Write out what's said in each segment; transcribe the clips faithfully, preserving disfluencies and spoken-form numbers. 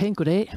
Pænt goddag.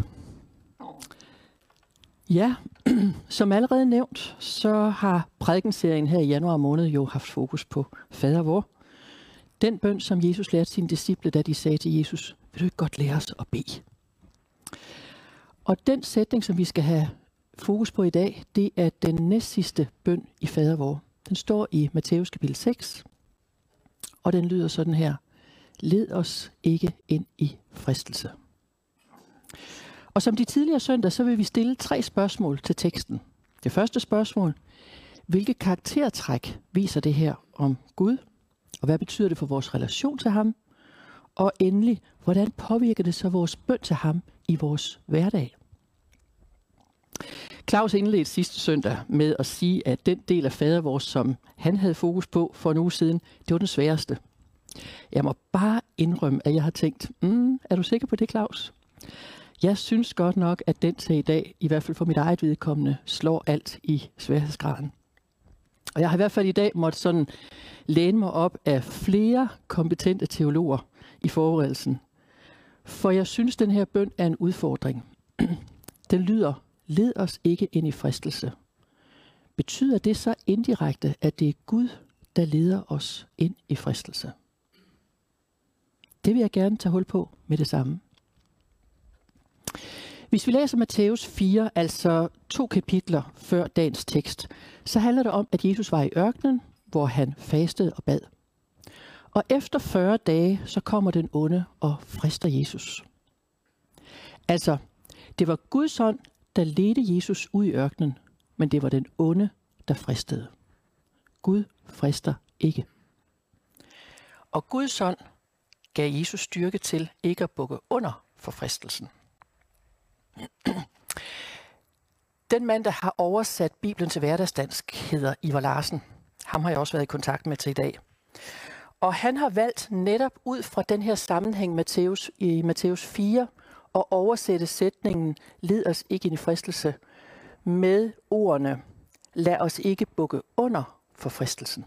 Ja, som allerede nævnt, så har prædikenserien her i januar måned jo haft fokus på fader vor. Den bøn, som Jesus lærte sine disciple, da de sagde til Jesus, vil du ikke godt lære os at bede? Og den sætning, som vi skal have fokus på i dag, det er den næstsidste bøn i fader vor. Den står i Matthæus kapitel seks, og den lyder sådan her. Led os ikke ind i fristelse. Og som de tidligere søndag, så vil vi stille tre spørgsmål til teksten. Det første spørgsmål, hvilke karaktertræk viser det her om Gud? Og hvad betyder det for vores relation til ham? Og endelig, hvordan påvirker det så vores bøn til ham i vores hverdag? Claus indledte sidste søndag med at sige, at den del af fader vores, som han havde fokus på for en uge siden, det var den sværeste. Jeg må bare indrømme, at jeg har tænkt, mm, er du sikker på det, Claus? Jeg synes godt nok, at den til i dag, i hvert fald for mit eget vedkommende, slår alt i sværhedsgraden. Og jeg har i hvert fald i dag måttet sådan læne mig op af flere kompetente teologer i forberedelsen. For jeg synes, den her bøn er en udfordring. Den lyder, led os ikke ind i fristelse. Betyder det så indirekte, at det er Gud, der leder os ind i fristelse? Det vil jeg gerne tage hul på med det samme. Hvis vi læser Matthæus fire, altså to kapitler før dagens tekst, så handler det om, at Jesus var i ørkenen, hvor han fastede og bad. Og efter fyrre dage, så kommer den onde og frister Jesus. Altså, det var Guds ånd, der ledte Jesus ud i ørkenen, men det var den onde, der fristede. Gud frister ikke. Og Guds ånd gav Jesus styrke til ikke at bukke under for fristelsen. Den mand, der har oversat Bibelen til hverdagsdansk, hedder Ivar Larsen. Ham har jeg også været i kontakt med til i dag. Og han har valgt netop ud fra den her sammenhæng Matthæus, i Matthæus fire at oversætte sætningen, led os ikke ind i fristelse, med ordene, lad os ikke bukke under for fristelsen.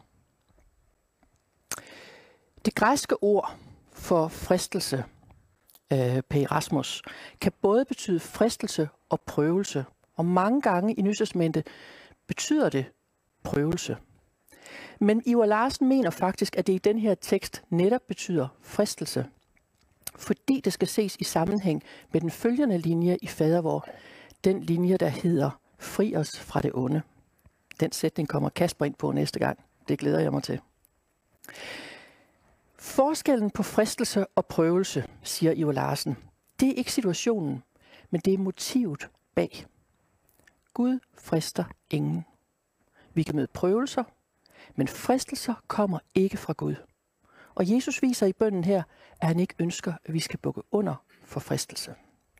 Det græske ord for fristelse, øh, perasmos, kan både betyde fristelse og prøvelse. Og mange gange i Nye Testamentet betyder det prøvelse. Men Ivar Larsen mener faktisk, at det i den her tekst netop betyder fristelse. Fordi det skal ses i sammenhæng med den følgende linje i fader vor. Den linje, der hedder, fri os fra det onde. Den sætning kommer Kasper ind på næste gang. Det glæder jeg mig til. Forskellen på fristelse og prøvelse, siger Ivar Larsen, det er ikke situationen, men det er motivet bag. Gud frister ingen. Vi kan møde prøvelser, men fristelser kommer ikke fra Gud. Og Jesus viser i bønnen her, at han ikke ønsker, at vi skal bukke under for fristelse.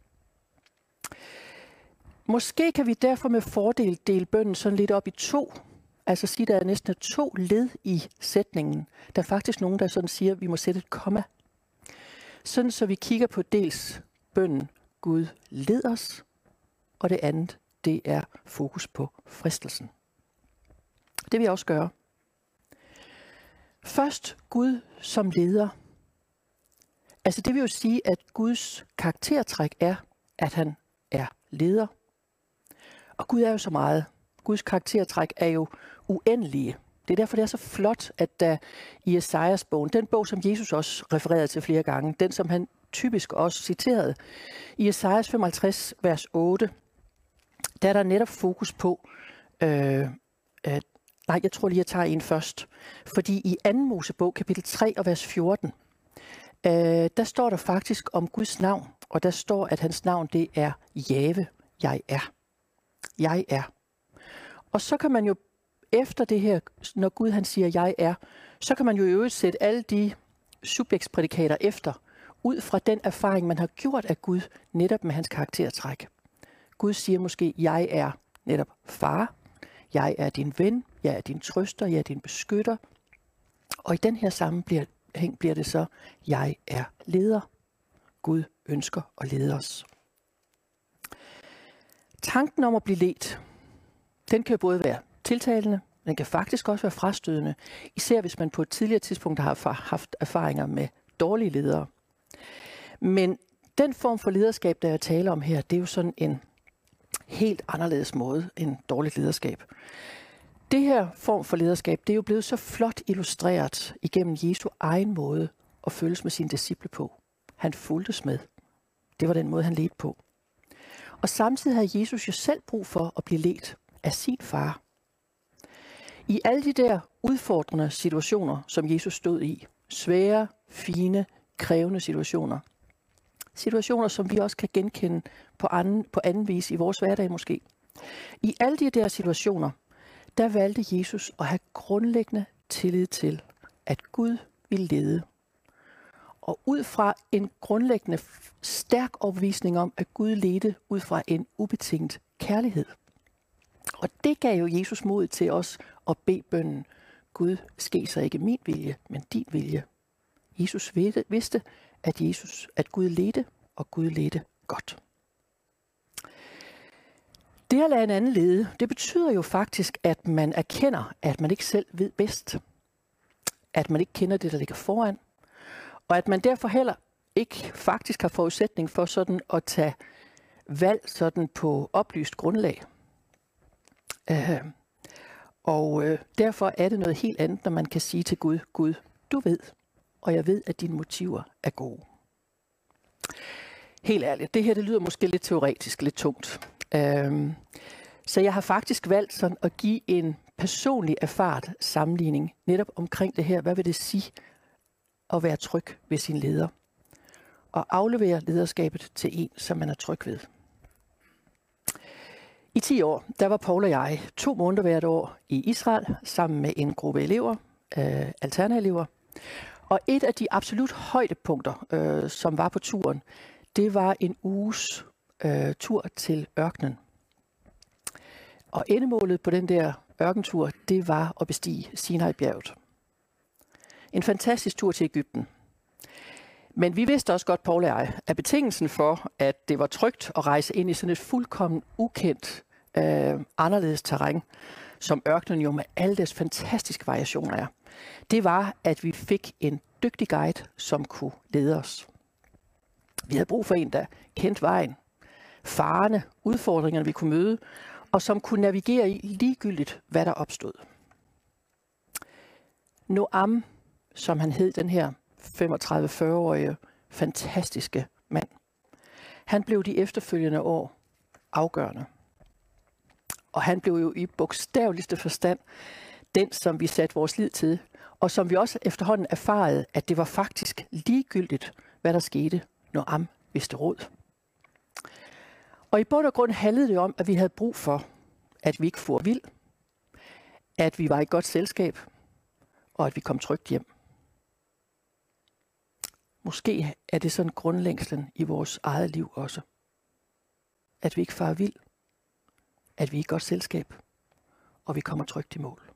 Måske kan vi derfor med fordel dele bønnen sådan lidt op i to. Altså sige, der er næsten to led i sætningen. Der er faktisk nogen, der sådan siger, at vi må sætte et komma. Sådan så vi kigger på dels bønnen, Gud led os, og det andet, det er fokus på fristelsen. Det vil jeg også gøre. Først Gud som leder. Altså det vil jo sige, at Guds karaktertræk er, at han er leder. Og Gud er jo så meget. Guds karaktertræk er jo uendelige. Det er derfor, det er så flot, at der i Esajas bogen, den bog, som Jesus også refererede til flere gange, den som han typisk også citerede, i Esajas femoghalvtreds, vers otte, der er der netop fokus på, øh, øh, nej, jeg tror lige, jeg tager en først, fordi i anden Mosebog, kapitel tre og vers fjorten, øh, der står der faktisk om Guds navn, og der står, at hans navn, det er Jave, jeg er. Jeg er. Og så kan man jo efter det her, når Gud han siger, jeg er, så kan man jo i øvrigt sætte alle de subjektsprædikater efter, ud fra den erfaring, man har gjort af Gud, netop med hans karaktertræk. Gud siger måske, jeg er netop far, jeg er din ven, jeg er din trøster, jeg er din beskytter. Og i den her sammenhæng bliver det så, jeg er leder. Gud ønsker at lede os. Tanken om at blive ledt, den kan både være tiltalende, den kan faktisk også være frastødende, især hvis man på et tidligere tidspunkt har haft erfaringer med dårlige ledere. Men Den form for lederskab, der jeg taler om her, det er jo sådan en helt anderledes måde end dårligt lederskab. Det her form for lederskab, det er jo blevet så flot illustreret igennem Jesu egen måde at følges med sine disciple på. Han fulgtes med. Det var den måde, han ledte på. Og samtidig havde Jesus jo selv brug for at blive ledt af sin far. I alle de der udfordrende situationer, som Jesus stod i, svære, fine, krævende situationer, situationer, som vi også kan genkende på anden, på anden vis i vores hverdag måske. I alle de der situationer, der valgte Jesus at have grundlæggende tillid til, at Gud ville lede. Og ud fra en grundlæggende stærk overbevisning om, at Gud ledte ud fra en ubetinget kærlighed. Og det gav jo Jesus mod til os at bede bønnen, Gud, ske så ikke min vilje, men din vilje. Jesus vidste, at, Jesus, at Gud ledte, og Gud ledte godt. Det at lade en anden lede, det betyder jo faktisk, at man erkender, at man ikke selv ved bedst. At man ikke kender det, der ligger foran. Og at man derfor heller ikke faktisk har forudsætning for sådan at tage valg sådan på oplyst grundlag. Uh, og uh, derfor er det noget helt andet, når man kan sige til Gud, Gud, du ved, og jeg ved, at dine motiver er gode. Helt ærligt, det her det lyder måske lidt teoretisk, lidt tungt. Uh, så jeg har faktisk valgt sådan at give en personlig erfart sammenligning netop omkring det her. Hvad vil det sige at være tryg ved sin leder? Og aflevere lederskabet til en, som man er tryg ved. I ti år, der var Paul og jeg to måneder hvert år i Israel sammen med en gruppe elever, øh, alternaelever. Og et af de absolut højdepunkter, øh, som var på turen, det var en uges øh, tur til ørkenen. Og endemålet på den der ørkentur, det var at bestige Sinai-bjerget. En fantastisk tur til Egypten. Men vi vidste også godt, Paul og jeg, at betingelsen for, at det var trygt at rejse ind i sådan et fuldkommen ukendt, øh, anderledes terræn, som ørkenen jo med alle dets fantastiske variationer er, det var, at vi fik en dygtig guide, som kunne lede os. Vi havde brug for en, der kendte vejen, farerne, udfordringerne, vi kunne møde, og som kunne navigere i ligegyldigt, hvad der opstod. Noam, som han hed, den her femogtredive-fyrre-årige fantastiske mand, han blev de efterfølgende år afgørende. Og han blev jo i bogstaveligste forstand den, som vi satte vores lid til, og som vi også efterhånden erfarede, at det var faktisk ligegyldigt, hvad der skete, når Am vidste råd. Og i bund og grund handlede det om, at vi havde brug for, at vi ikke for vild, at vi var i godt selskab, og at vi kom trygt hjem. Måske er det sådan grundlængslen i vores eget liv også. At vi ikke farer vild, at vi er i godt selskab, og vi kommer trygt i mål.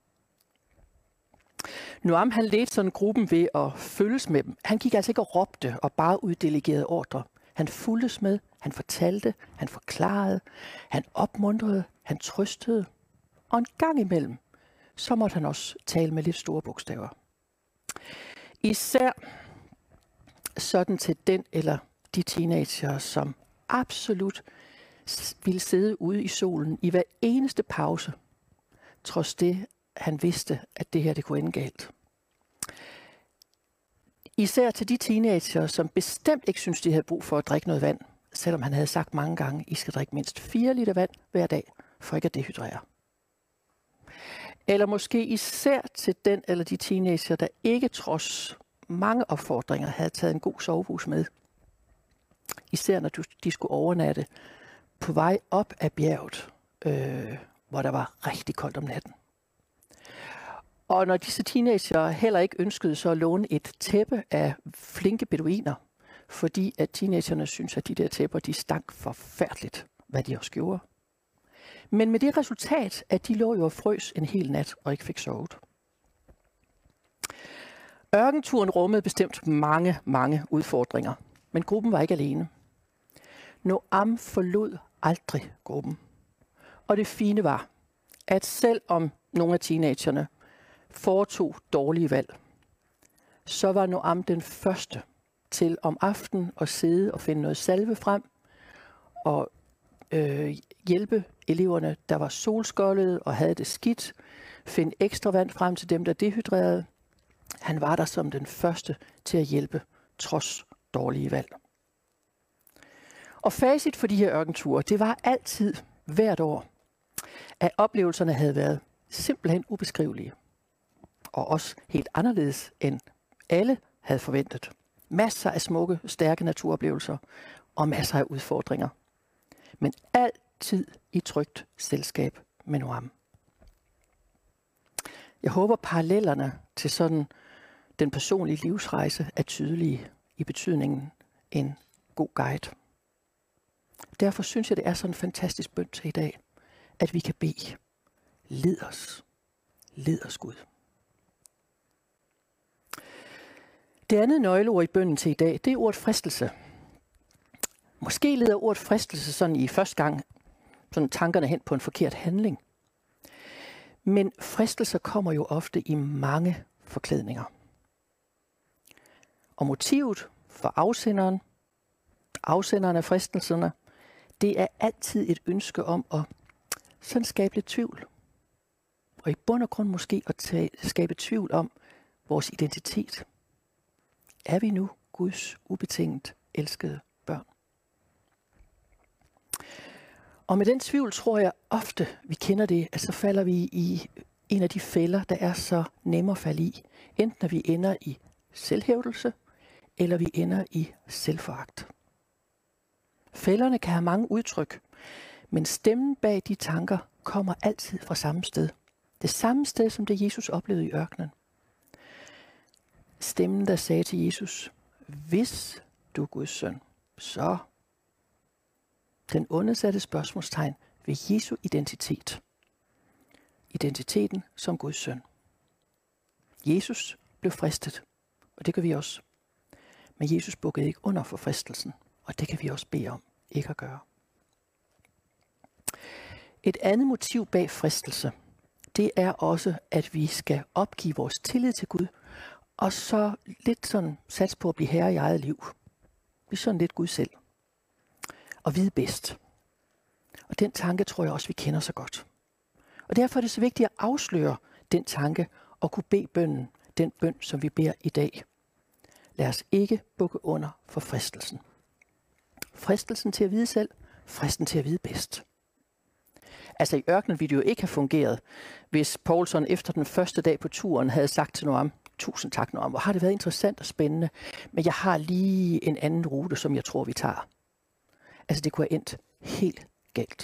Noam han ledte sådan gruppen ved at følges med dem. Han gik altså ikke og råbte og bare uddelegerede ordre. Han fulgtes med, han fortalte, han forklarede, han opmuntrede, han trøstede. Og en gang imellem, så måtte han også tale med lidt store bogstaver. Især sådan til den eller de teenager, som absolut ville sidde ude i solen i hver eneste pause, trods det, han vidste, at det her det kunne ende galt. Især til de teenager, som bestemt ikke synes, de havde brug for at drikke noget vand, selvom han havde sagt mange gange, I skal drikke mindst fire liter vand hver dag, for ikke at dehydrere. Eller måske især til den eller de teenager, der ikke trods mange opfordringer havde taget en god sovepose med. Især når de skulle overnatte på vej op ad bjerget, øh, hvor der var rigtig koldt om natten. Og når disse teenager heller ikke ønskede så at låne et tæppe af flinke beduiner, fordi at teenagerne synes, at de der tæpper, de stank forfærdeligt, hvad de også gjorde. Men med det resultat, at de lå jo og frøs en hel nat og ikke fik sovet. Ørkenturen rummede bestemt mange, mange udfordringer, men gruppen var ikke alene. Noam forlod aldrig gruppen. Og det fine var, at selvom nogle af teenagerne foretog dårlige valg, så var Noam den første, til om aftenen at sidde og finde noget salve frem og øh, hjælpe eleverne, der var solskoldede og havde det skidt, finde ekstra vand frem til dem, der dehydrerede. Han var der som den første til at hjælpe, trods dårlige valg. Og facit for de her ørkenture, det var altid, hvert år, at oplevelserne havde været simpelthen ubeskrivelige. Og også helt anderledes, end alle havde forventet. Masser af smukke, stærke naturoplevelser og masser af udfordringer. Men altid i trygt selskab med Noam. Jeg håber, parallellerne til sådan den personlige livsrejse er tydelige i betydningen en god guide. Derfor synes jeg, det er sådan en fantastisk bøn til i dag, at vi kan bede. Led os. Led os, Gud. Det andet nøgleord i bønnen til i dag, det er ordet fristelse. Måske leder ordet fristelse sådan i første gang sådan tankerne hen på en forkert handling. Men fristelser kommer jo ofte i mange forklædninger. Og motivet for afsenderen, afsenderen af fristelserne, det er altid et ønske om at sådan skabe lidt tvivl. Og i bund og grund måske at tage, skabe tvivl om vores identitet. Er vi nu Guds ubetinget elskede børn? Og med den tvivl tror jeg ofte, vi kender det, at så falder vi i en af de fælder, der er så nemme at falde i. Enten når vi ender i selvhævdelse, eller vi ender i selvforagt. Fælderne kan have mange udtryk, men stemmen bag de tanker kommer altid fra samme sted. Det samme sted, som det Jesus oplevede i ørkenen. Stemmen, der sagde til Jesus, hvis du er Guds søn, så den onde satte spørgsmålstegn ved Jesu identitet. Identiteten som Guds søn. Jesus blev fristet, og det kan vi også. Men Jesus bukkede ikke under for fristelsen, og det kan vi også bede om ikke at gøre. Et andet motiv bag fristelse, det er også, at vi skal opgive vores tillid til Gud, og så lidt sådan sats på at blive herre i eget liv. Vi er sådan lidt Gud selv. Og vide bedst. Og den tanke tror jeg også, vi kender så godt. Og derfor er det så vigtigt at afsløre den tanke og kunne bede bønnen, den bøn, som vi beder i dag. Lad os ikke bukke under for fristelsen. Fristelsen til at vide selv, fristelsen til at vide bedst. Altså i ørkenen ville det jo ikke have fungeret, hvis Poulson efter den første dag på turen havde sagt til Noam, tusind tak Noam, hvor har det været interessant og spændende, men jeg har lige en anden rute, som jeg tror, vi tager. Altså det kunne have endt helt galt.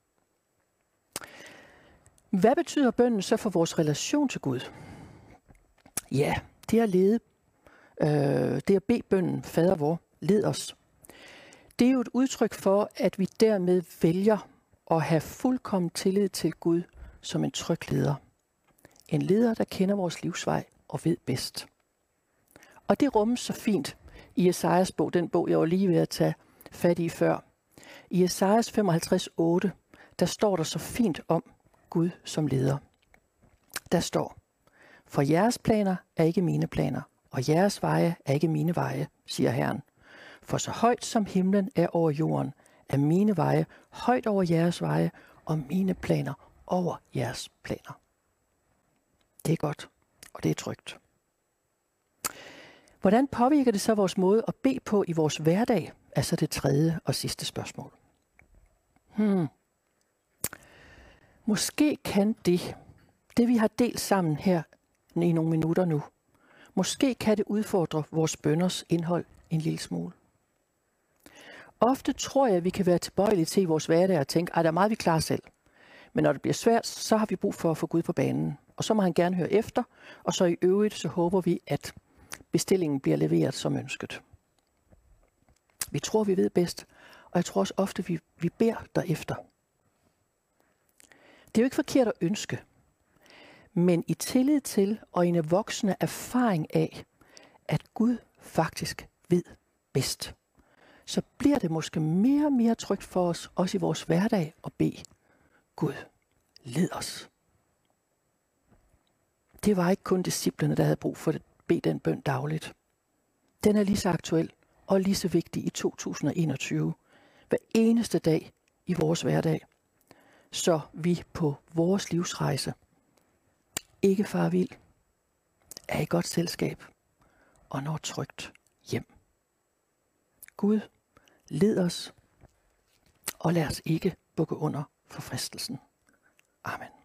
Hvad betyder bønnen så for vores relation til Gud? Ja, det er at lede. Øh, det er at bede bønnen, Fader vor, led os. Det er jo et udtryk for, at vi dermed vælger at have fuldkommen tillid til Gud som en tryg leder. En leder, der kender vores livsvej og ved bedst. Og det rummes så fint i Esajas bog, den bog, jeg var lige ved at tage fat i før. I Esajas femoghalvtreds otte, der står der så fint om Gud som leder. Der står, for jeres planer er ikke mine planer, og jeres veje er ikke mine veje, siger Herren. For så højt som himlen er over jorden, er mine veje højt over jeres veje, og mine planer over jeres planer. Det er godt, og det er trygt. Hvordan påvirker det så vores måde at bede på i vores hverdag? Altså det tredje og sidste spørgsmål. Hmm. Måske kan det, det vi har delt sammen her i nogle minutter nu, måske kan det udfordre vores bønners indhold en lille smule. Ofte tror jeg, at vi kan være tilbøjelige til i vores hverdag at tænke, at der er meget, vi klarer selv. Men når det bliver svært, så har vi brug for at få Gud på banen. Og så må han gerne høre efter, og så i øvrigt, så håber vi, at bestillingen bliver leveret som ønsket. Vi tror, vi ved bedst, og jeg tror også ofte, vi, vi beder derefter. Det er jo ikke forkert at ønske, men i tillid til og i en voksende erfaring af, at Gud faktisk ved bedst, så bliver det måske mere og mere trygt for os, også i vores hverdag, at bede Gud, led os. Det var ikke kun disciplene, der havde brug for at bede den bøn dagligt. den er lige så aktuel og lige så vigtig i to tusind og enogtyve. Hver eneste dag i vores hverdag. Så vi på vores livsrejse ikke farer vild, er i godt selskab og når trygt hjem. Gud, led os, og lad os ikke bukke under for fristelsen. Amen.